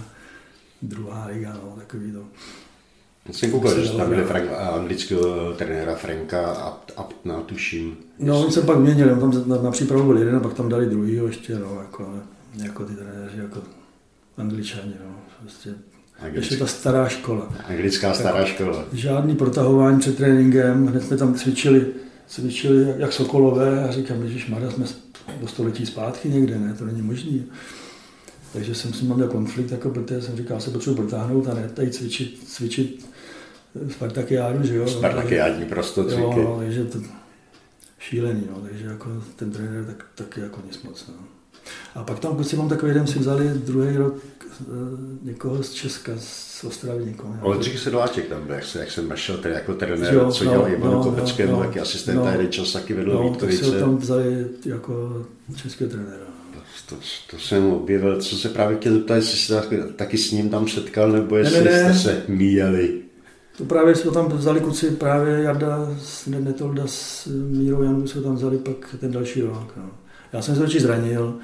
2. liga, no, takový to. Já jsem koukal, že tam byli anglického trenéra Franka Aptna, tuším. No, on se pak měnil, on tam na přípravu byl jeden a pak tam dali druhýho ještě, no, jako ty trenéři, jako Angličani, no, prostě. Ještě ta stará škola. Anglická stará škola. Žádný protahování před tréninkem, hned jsme tam cvičili jak sokolové a říkám, ježišmarja, jsme do století zpátky někde, ne, to není možný. Takže jsem s ním měl konflikt, jako, protože jsem říkal, se potřebuji protáhnout a ne tady cvičit Spartakiádu, že jo. Spartakiádní prostocviky. Jo, takže to šílený, no, takže jako ten trenér taky jako nic moc, no. A pak tam kluci mám takový jeden si vzali druhý rok někoho z Česka, z Ostravy někoho. Oldřich Sedláček tam byl, jak jsem našel tedy jako trenér, co dělal Ivanu Kopeckému, taky asistenta, jeden čas taky vedl Vítkovice. Tak se tam vzali jako českého trenéra. To jsem objevil, co se právě chtěl zeptat, jestli jste taky s ním tam setkal, nebo jestli jste se míjeli. To právě jsme tam vzali kluci, právě Jarda Netolda s Mírou Janů jsme tam vzali pak ten další rok. No. Já jsem se totiž zranil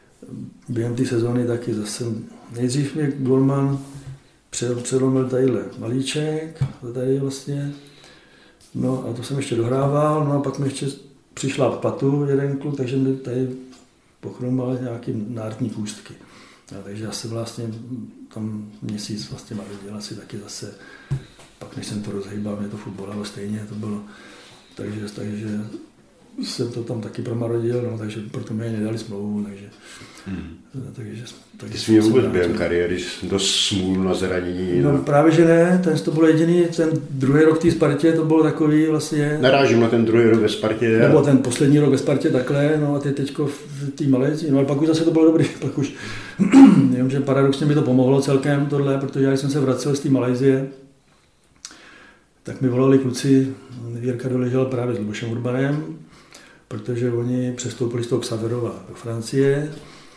během té sezóny taky zase. Nejdřív mě golman předlomil tadyhle malíček, tady vlastně, No a to jsem ještě dohrával, no a pak mi ještě přišla v patu jeden kluk, takže mi tady pochromal nějaký nártní kůstky. No, takže já se vlastně tam měsíc vlastně narodil asi taky zase, pak než jsem to rozhýbal, mě to furt bolelo stejně, to bylo, takže jsem to tam taky promarodil, no, takže proto mi nedali smlouvu, takže Ty jsi měl vůbec během kariéry dost smůlu na zranění? No právě, že ne, to byl jediný, ten druhý rok v té Spartě, to bylo takový vlastně... Narážím na ten druhý rok ve Spartě. Nebo ten poslední rok ve Spartě takhle, no a teďko v té Malajzii, no ale pak už zase to bylo dobrý, pak už, že paradoxně mi to pomohlo celkem tohle, protože já jsem se vracel z té Malajzie, tak mi volali kluci, Jirka doležel právě s Lubošem Urbanem, protože oni přestoupili z toho Xaverova do Francie,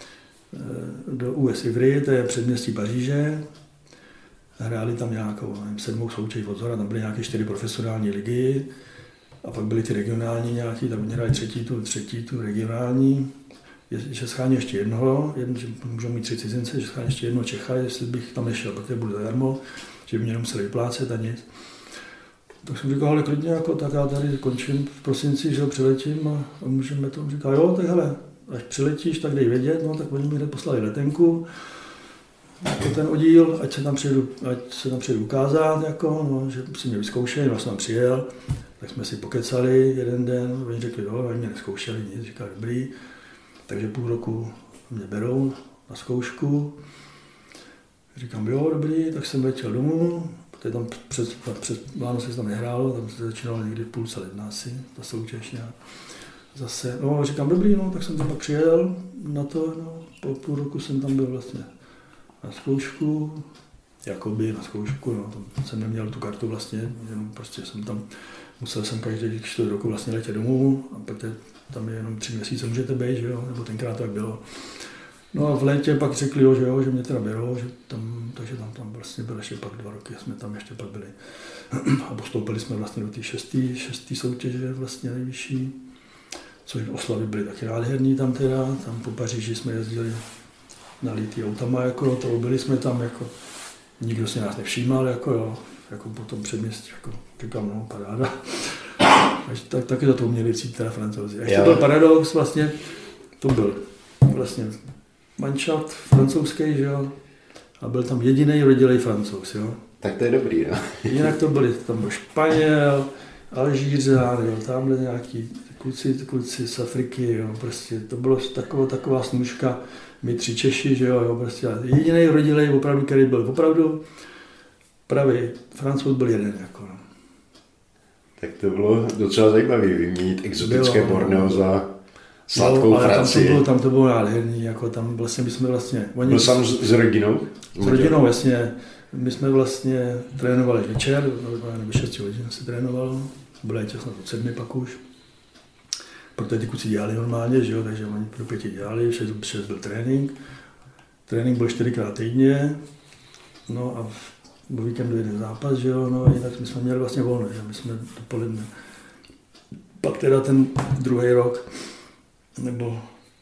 do US Ivry, to je předměstí Paříže. Hráli tam nějakou 7. soutěž od zhora, tam byly nějaké 4 profesionální ligy a pak byly ty regionální nějaký, tam hráli třetí tu regionální. Že schání ještě jednoho, že můžou mít 3 cizince, že schání ještě jednoho Čecha, jestli bych tam nešel, protože budu zadarmo, že by mě nemuseli vyplácet a nic. Tak jsem říkal, ale klidně, jako, tak já tady končím v prosinci, že přiletím a můžeme to. Říkal, jo, tak hele, až přiletíš, tak dej vědět, no, tak oni mi hned poslali letenku, jako ten oddíl, ať se tam přijedu ukázat, jako, no, že si mě vyzkoušeli, no, jsem tam přijel, tak jsme si pokecali jeden den, oni řekli, jo, oni mě nezkoušeli nic, říkali, dobrý, takže půl roku mě berou na zkoušku, říkám, jo, dobrý, tak jsem letěl domů, protože tam přes Vánoce se tam nehrálo, tam se začínalo někdy v 12:30 asi, ta soutěž nějak. Zase, no říkám, dobrý, no, tak jsem tam pak přijel na to, no, po půl roku jsem tam byl vlastně na zkoušku, no, tam jsem neměl tu kartu vlastně, jenom prostě musel jsem každý 4 roku vlastně letět domů, a protože tam je jenom 3 měsíce můžete být, že jo, nebo tenkrát tak bylo. No a v létě pak řekli, že mě teda berou, že takže tam vlastně byl ještě pak 2 roky, jsme tam ještě pak byli. A postoupili jsme vlastně do té 6. soutěže vlastně nejvyšší, což oslavy byly taky nádherný tam po Paříži jsme jezdili na lítý autama, jako to byli jsme tam, jako nikdo si nás nevšímal, jako po tom předměstí, jako říkám, no paráda. Tak taky za to uměli vzít teda Francouzi. A ještě byl paradox vlastně, to byl vlastně manšaft francouzský, že jo, a byl tam jediný rodilej Francouz, jo. Tak to je dobrý, no. Jinak tam byl Španěl, Alžířan, jo, tamhle nějaký kluci z Afriky, jo, prostě to bylo taková snůžka, my 3 Češi, že jo, prostě jediný rodilej opravdu, který byl opravdu pravý, Francouz byl jeden, jako no. Tak to bylo docela zajímavé vyměnit exotické Borneo za sladkou Francii. Tam to bylo nádherný, jako tam vlastně my jsme vlastně... Byl sám s rodinou? S rodinou, jasně. My jsme vlastně trénovali večer, nebo 6 hodin se trénovalo, bylo je těsno od 7 pak už. Protože ty kluci dělali normálně, že jo, takže oni pro 5 dělali, 6 byl trénink. Trénink byl 4krát týdně, no a po víkendu jeden zápas, že jo, no a jinak my jsme měli vlastně volno, že my jsme dopoledne. Pak teda ten druhý rok, nebo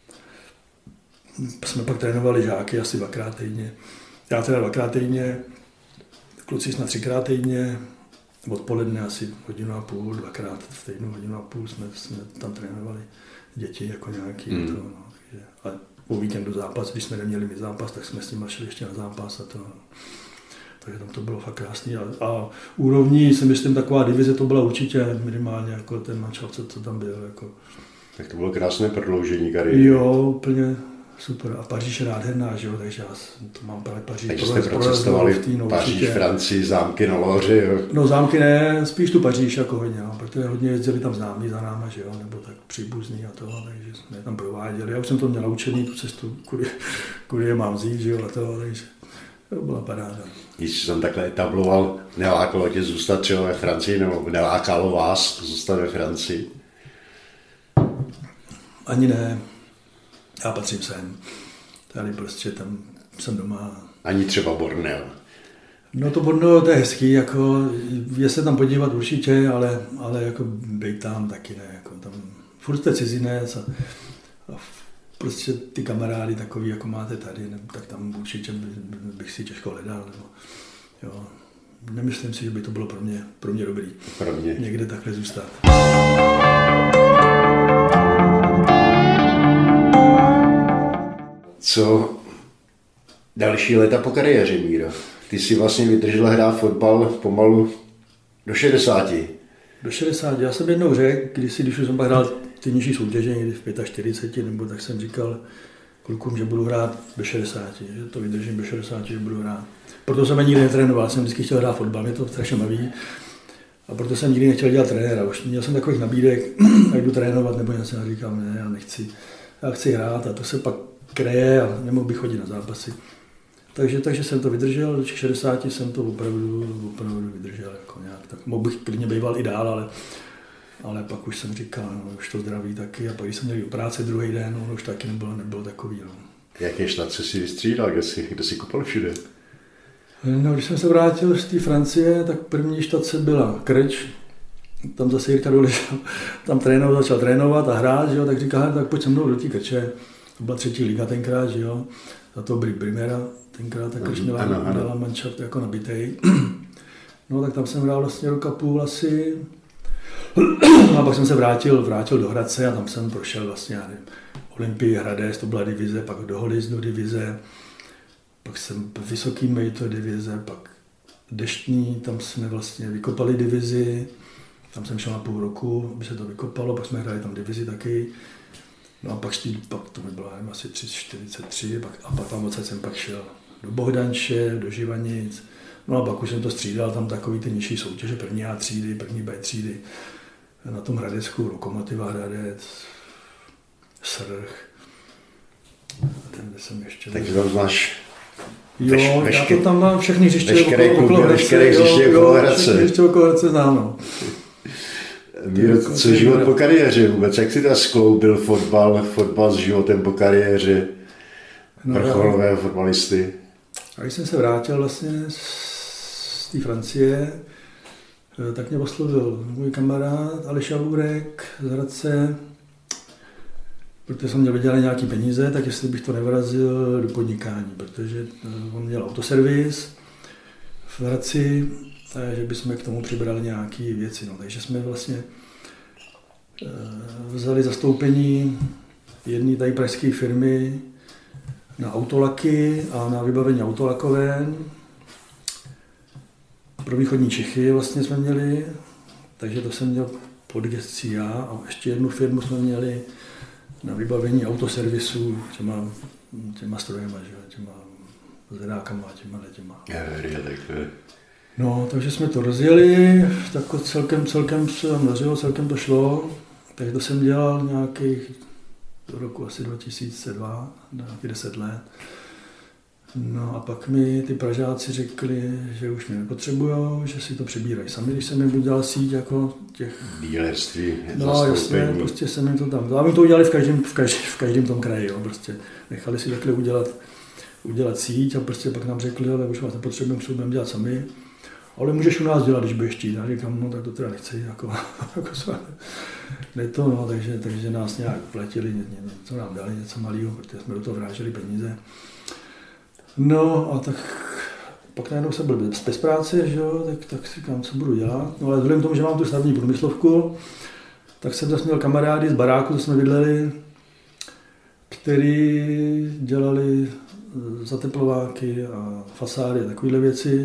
jsme pak trénovali žáky asi 2krát týdně. Já teda 2krát týdně, kluci snad 3krát týdně, odpoledne asi 1,5 hodiny, 2krát v týdnu 1,5 hodiny jsme tam trénovali děti jako nějaký. To, no, takže, ale po víkendu zápas, když jsme neměli mít zápas, tak jsme s nimi šli ještě na zápas a to. No. Takže tam to bylo fakt krásný. A úrovní si myslím, taková divize to byla určitě minimálně jako ten manšaft, co tam byl. Jako. Tak to bylo krásné prodloužení kariéry. Jo, úplně super. A Paříž je nádherná, že jo, takže já to mám právě Paříž. Takže jste procestovali Paříž, Francii, zámky na Loři, jo? No zámky ne, spíš tu Paříž jako hodně, no, protože hodně jezdili tam známí za náma, že jo, nebo tak příbuzní a toho, takže jsme tam prováděli. Já už jsem to měl naučený, tu cestu, kudy je mám vzít, že jo, a toho, takže to byla paráda. Když jsem takhle etabloval, nelákalo tě zůstat třeba ve Francii, nebo nelákalo vás zůstat ve Francii? Ani ne. Já patřím sem. Tady prostě tam jsem doma. Ani třeba Borneo. No to Borneo, to je hezký, jako je se tam podívat určitě, ale jako být tam taky ne. Jako tam, furt jste cizinec a prostě ty kamarády takový, jako máte tady, tak tam určitě bych si těžko hledal. Nebo, jo. nemyslím si, že by to bylo pro mě dobrý. Pro mě. Někde takhle zůstat. Co další léta po kariéře, Míro? Ty si vlastně vydržel hrát fotbal pomalu do 60. Do 60. Já jsem jednou řekl, když jsem pak hrál ty nižší soutěže, někdy v 45, nebo tak jsem říkal klukům, že budu hrát do 60, že to vydržím do 60, že budu hrát. Proto jsem nikdy netrénoval, jsem vždycky chtěl hrát fotbal, mě to strašně baví. A proto jsem nikdy nechtěl dělat trenéra. Už měl jsem takových nabídek, jak jdu trénovat, nebo něco, a říkám, ne, já nechci. Já chci hrát a to se pak kreje a nemohl bych chodit na zápasy. Takže jsem to vydržel, do 60 jsem to opravdu vydržel. Jako nějak. Tak mohl bych klidně býval i dál, ale pak už jsem říkal, no, už to zdraví taky. A pak když jsem měl do práce druhý den, no, už taky nebylo takový. No. Jaké štace si vystřídal, kde jsi kopal všude? No, když jsem se vrátil z té Francie, tak první štace byla Krč. Tam zase Jirka Doležal, tam začal trénovat a hrát, že jo, tak říkal, tak pojď se mnou do té Krče. To byla 3. liga tenkrát, že jo. Za to byl Primera, tenkrát ta Krč měla manšaft jako nabitej. No tak tam jsem hrál vlastně rok a půl asi. A pak jsem se vrátil do Hradce a tam jsem prošel vlastně, já nevím, Olympii Hradec, to byla divize, pak do Holiznu divize, pak jsem Vysoký Mejto divize, pak Deštný, tam jsme vlastně vykopali divizi, tam jsem šel na půl roku, aby se to vykopalo, pak jsme hráli tam divizi taky. No a pak to mi bylo nevím, asi 343, a pak tam odsaď jsem pak šel do Bohdanče, do Živanic. No a pak už jsem to střídal, tam takový ty nižší soutěže, první A třídy, první B třídy. Na tom Hradecku, Lokomotiva Hradec, Srch. Ten, kde jsem ještě... Takže tam znáš... Jo, já to tam mám všechny hřiště okolo Hradce znám, no. Míro, co život po kariéře vůbec? Jak jsi to skloubil fotbal s životem po kariéře vrcholového fotbalisty? A když jsem se vrátil vlastně z té Francie, tak mě oslovil můj kamarád Aleš Alůrek z Hradce, protože jsem měl vydělat nějaký peníze, tak jestli bych to nevrazil do podnikání, protože on měl autoservis v Hradci, že bychom k tomu přibrali nějaké věci. No. Takže jsme vlastně vzali zastoupení jedné tady pražské firmy na autolaky a na vybavení autolakoven. Pro východní Čechy vlastně jsme měli, takže to jsem měl pod gescí já a ještě jednu firmu jsme měli na vybavení autoservisu těma strojema, těma zrákama, těma. No, takže jsme to rozjeli, tak celkem se tam dařilo, celkem to šlo, takže to jsem dělal nějakých do roku asi 2002, nějakých 10 let. No a pak mi ty Pražáci řekli, že už mě nepotřebujou, že si to přebírají sami, když jsem jim udělal síť jako těch... Dílerství, no jasně, prostě jsem jim to tam... A my to udělali v každém tom kraji, jo, prostě nechali si takhle udělat síť a prostě pak nám řekli, ale už vás nepotřebujeme, co budeme dělat sami. Ale můžeš u nás dělat, když budeš chtít. Já říkám, no tak to teda nechci, jako ne to, no, takže nás nějak platili, něco nám dali, něco malého, protože jsme do toho vráželi peníze. No a tak pak najednou jsem byl bez práce, že jo, tak si říkám, co budu dělat. No ale vzhledem k tomu, že mám tu stavební průmyslovku, tak jsem zase měl kamarády z baráku, co jsme bydleli, který dělali zateplováky a fasády a takovéhle věci.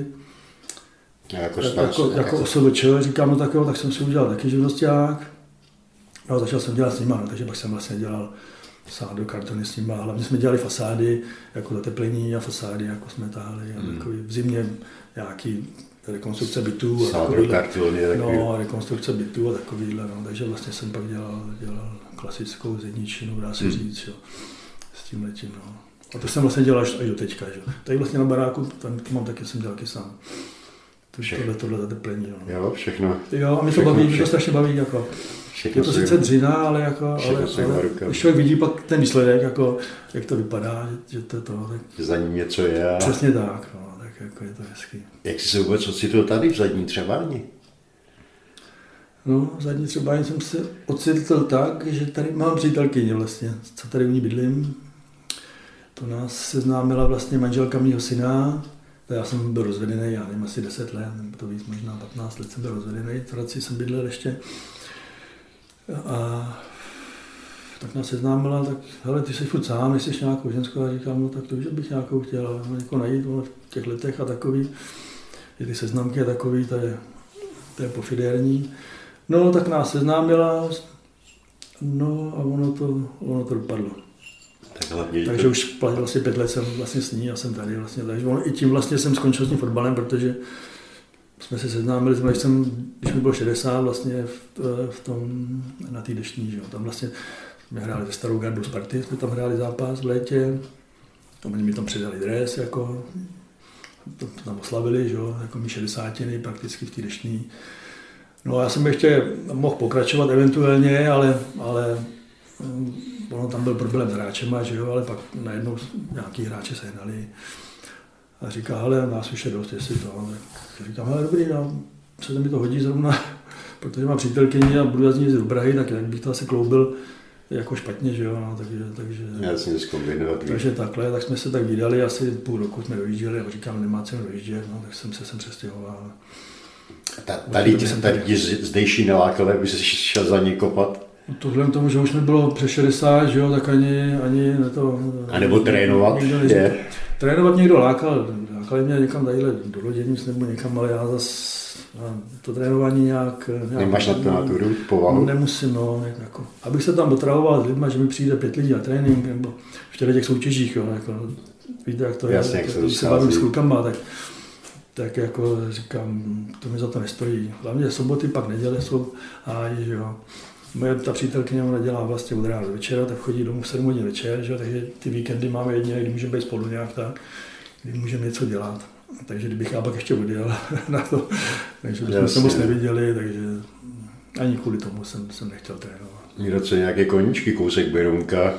Jako OSVČ, říkám, no tak jo, tak jsem si udělal taky živnosťák. No a začal jsem dělat s nima, no, takže pak jsem vlastně dělal sádu, kartony s nima. Hlavně jsme dělali fasády, jako zateplení a fasády, jako jsme táhli. A takový v zimě nějaký rekonstrukce bytů. No, rekonstrukce bytů a takovýhle, no. Takže vlastně jsem pak dělal klasickou zedničinu, dá se říct, jo, s tím letím, no. A to jsem vlastně dělal až do teďka, že? Tady vlastně na baráku, tam mám taky, jsem dělal taky sám. Tohle zateplení. No. Jo, všechno. Jo, a mě to baví, mě to strašně baví. Jako. Je to sice dřina, ale když člověk vidí pak ten výsledek, jako, jak to vypadá, že to je to. Tak... Za ním něco je. A... Přesně tak, no, tak jako je to hezký. Jak jsi se vůbec ocitl tady v Zadní Třebáni? No, v Zadní Třebáni jsem se ocitl tak, že tady mám přítelkyni vlastně, co tady u ní bydlím. To nás seznámila vlastně manželka mýho syna, Já jsem byl rozvedený, já nevím, asi 10 let, nebo to víc, možná 15 let jsem byl rozvedený, v Hradci jsem bydlel ještě. A tak nás seznámila, tak hele, ty jsi furt sám, jsi nějakou ženskou, a říkám, no tak to, že bych nějakou chtěla jako najít v těch letech a takový, že ty seznamky a takový, to je pofidérní. No, tak nás seznámila, no a ono to dopadlo. Takže už vlastně 5 let jsem vlastně s ní a jsem tady vlastně, takže i tím vlastně jsem skončil s tím fotbalem, protože jsme se seznámili, když mi bylo 60 vlastně v tom, na té deštní, že jo, tam vlastně jsme hráli ze Starou gardu Sparty, jsme tam hráli zápas v létě, oni mi tam přidali dres, jako, to tam oslavili, že jo, jako mi 60 prakticky v té deštní. No já jsem ještě mohl pokračovat eventuálně, ale ono tam byl problém s hráčema, že jo, ale pak najednou nějaký hráči se hnali a říká, hele, nás už je dost, jestli to, tak říkám, hele, dobrý, no, se mi to hodí zrovna, protože mám přítelkyni a budu já z ní z Prahy, tak jak bych to asi kloubil jako špatně, že jo, no, takže takže takhle, tak jsme se tak vydali, asi půl roku jsme dojížděli a říkám, nemá cenu dojíždět, no, tak jsem se sem přestěhoval. Tady zdejší nelákali, aby se šel za ní kopat? To vzhledem tomu, že už mi bylo přes 60, že jo, tak ani to... A nebo trénovat? Trénovat někdo lákali mě někam tadyhle do Loděnic nebo někam, ale já zase to trénování nějak... Nemáš na to naturu, povahu? Nemusím, no, jako, abych se tam otravoval s lidma, že mi přijde 5 lidí na trénink, nebo v těch soutěžích, jo, jako, víte, jak to jasně, je, když se bavím s klukama, tak jako říkám, to mi za to nestojí. Hlavně soboty, pak neděle jsou háji, že jo. Moje ta přítelkyně, ona dělá vlastně od rána do večera, tak chodí domů v 7 hodin večer, že? Takže ty víkendy máme jedině, kdy můžeme být spolu nějak tak, kdy můžeme něco dělat. Takže kdybych já pak ještě odjel na to, takže bychom se moc neviděli, takže ani kvůli tomu jsem nechtěl trénovat. Míro, co nějaké koníčky, kousek Berounka,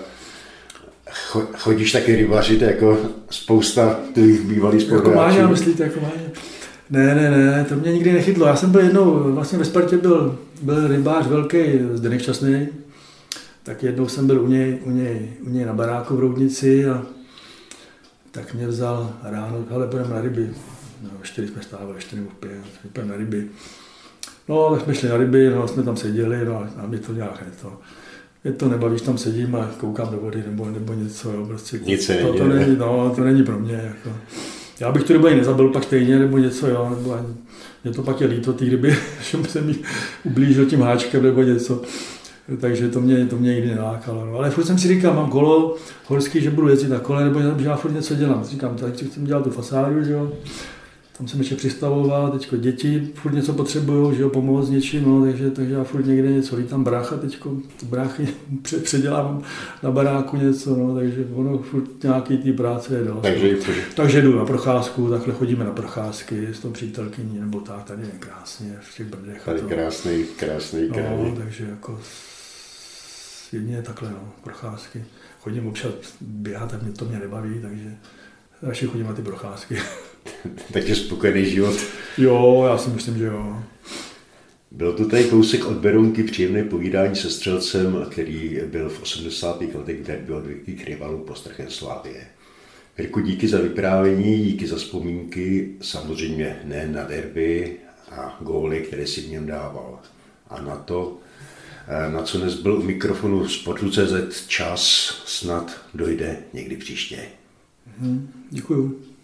chodíš taky rybařit jako spousta tvých bývalých spoluhráčů? Jako Máňa, myslíte, jako Máňa? Ne, to mě nikdy nechytlo. Já jsem byl jednou, vlastně ve Spartě byl rybář velký Zdeněk Šťastný, tak jednou jsem byl u něj na baráku v Roudnici a tak mě vzal ráno, hele, půjdeme na ryby. No, 4 jsme stávali, 4 nebo 5, půjdeme na ryby. No, tak jsme šli na ryby, no, jsme tam seděli, no, a mě to nějak mě to nebaví, tam sedím a koukám do vody nebo něco, jo, prostě. To není pro mě, jako. Já bych tu rybu ani nezabil pak stejně, nebo něco, jo, nebo ani, mě to pak je líto té ryby, že jsem jí ublížil tím háčkem nebo něco, takže to mě nikdy nelákalo. No. Ale furt jsem si říkal, mám kolo horský, že budu jezdit na kole, nebo že já furt něco dělám. Říkám, tak chci dělat tu fasádu, že jo, tam jsem ještě přistavoval, teďko děti furt něco potřebují, že jo, pomoct s něčím, no, takže já furt někde něco lítám, brácha teďko, bráchy předělám na baráku něco, no, takže ono furt nějaký té práce je dost. Takže jdu na procházku, takhle chodíme na procházky s tou přítelkyní, nebo tak, tady je krásně v těch Brdech. Tady krásný kraj. No, takže jako jedině takhle, no, procházky. Chodím občas běhat, tak to mě nebaví, takže radši chodím na ty procházky. Takže spokojený život. Jo, já si myslím, že jo. Byl to tady kousek od Berounky, příjemné povídání se střelcem, který byl v 80. letech derby od velkých rivalů Postrchem Slavie. Jirku, díky za vyprávění, díky za vzpomínky, samozřejmě ne na derby a góly, které si v něm dával. A na to, na co dnes byl u mikrofonu Sportu.cz čas, snad dojde někdy příště. Děkuju.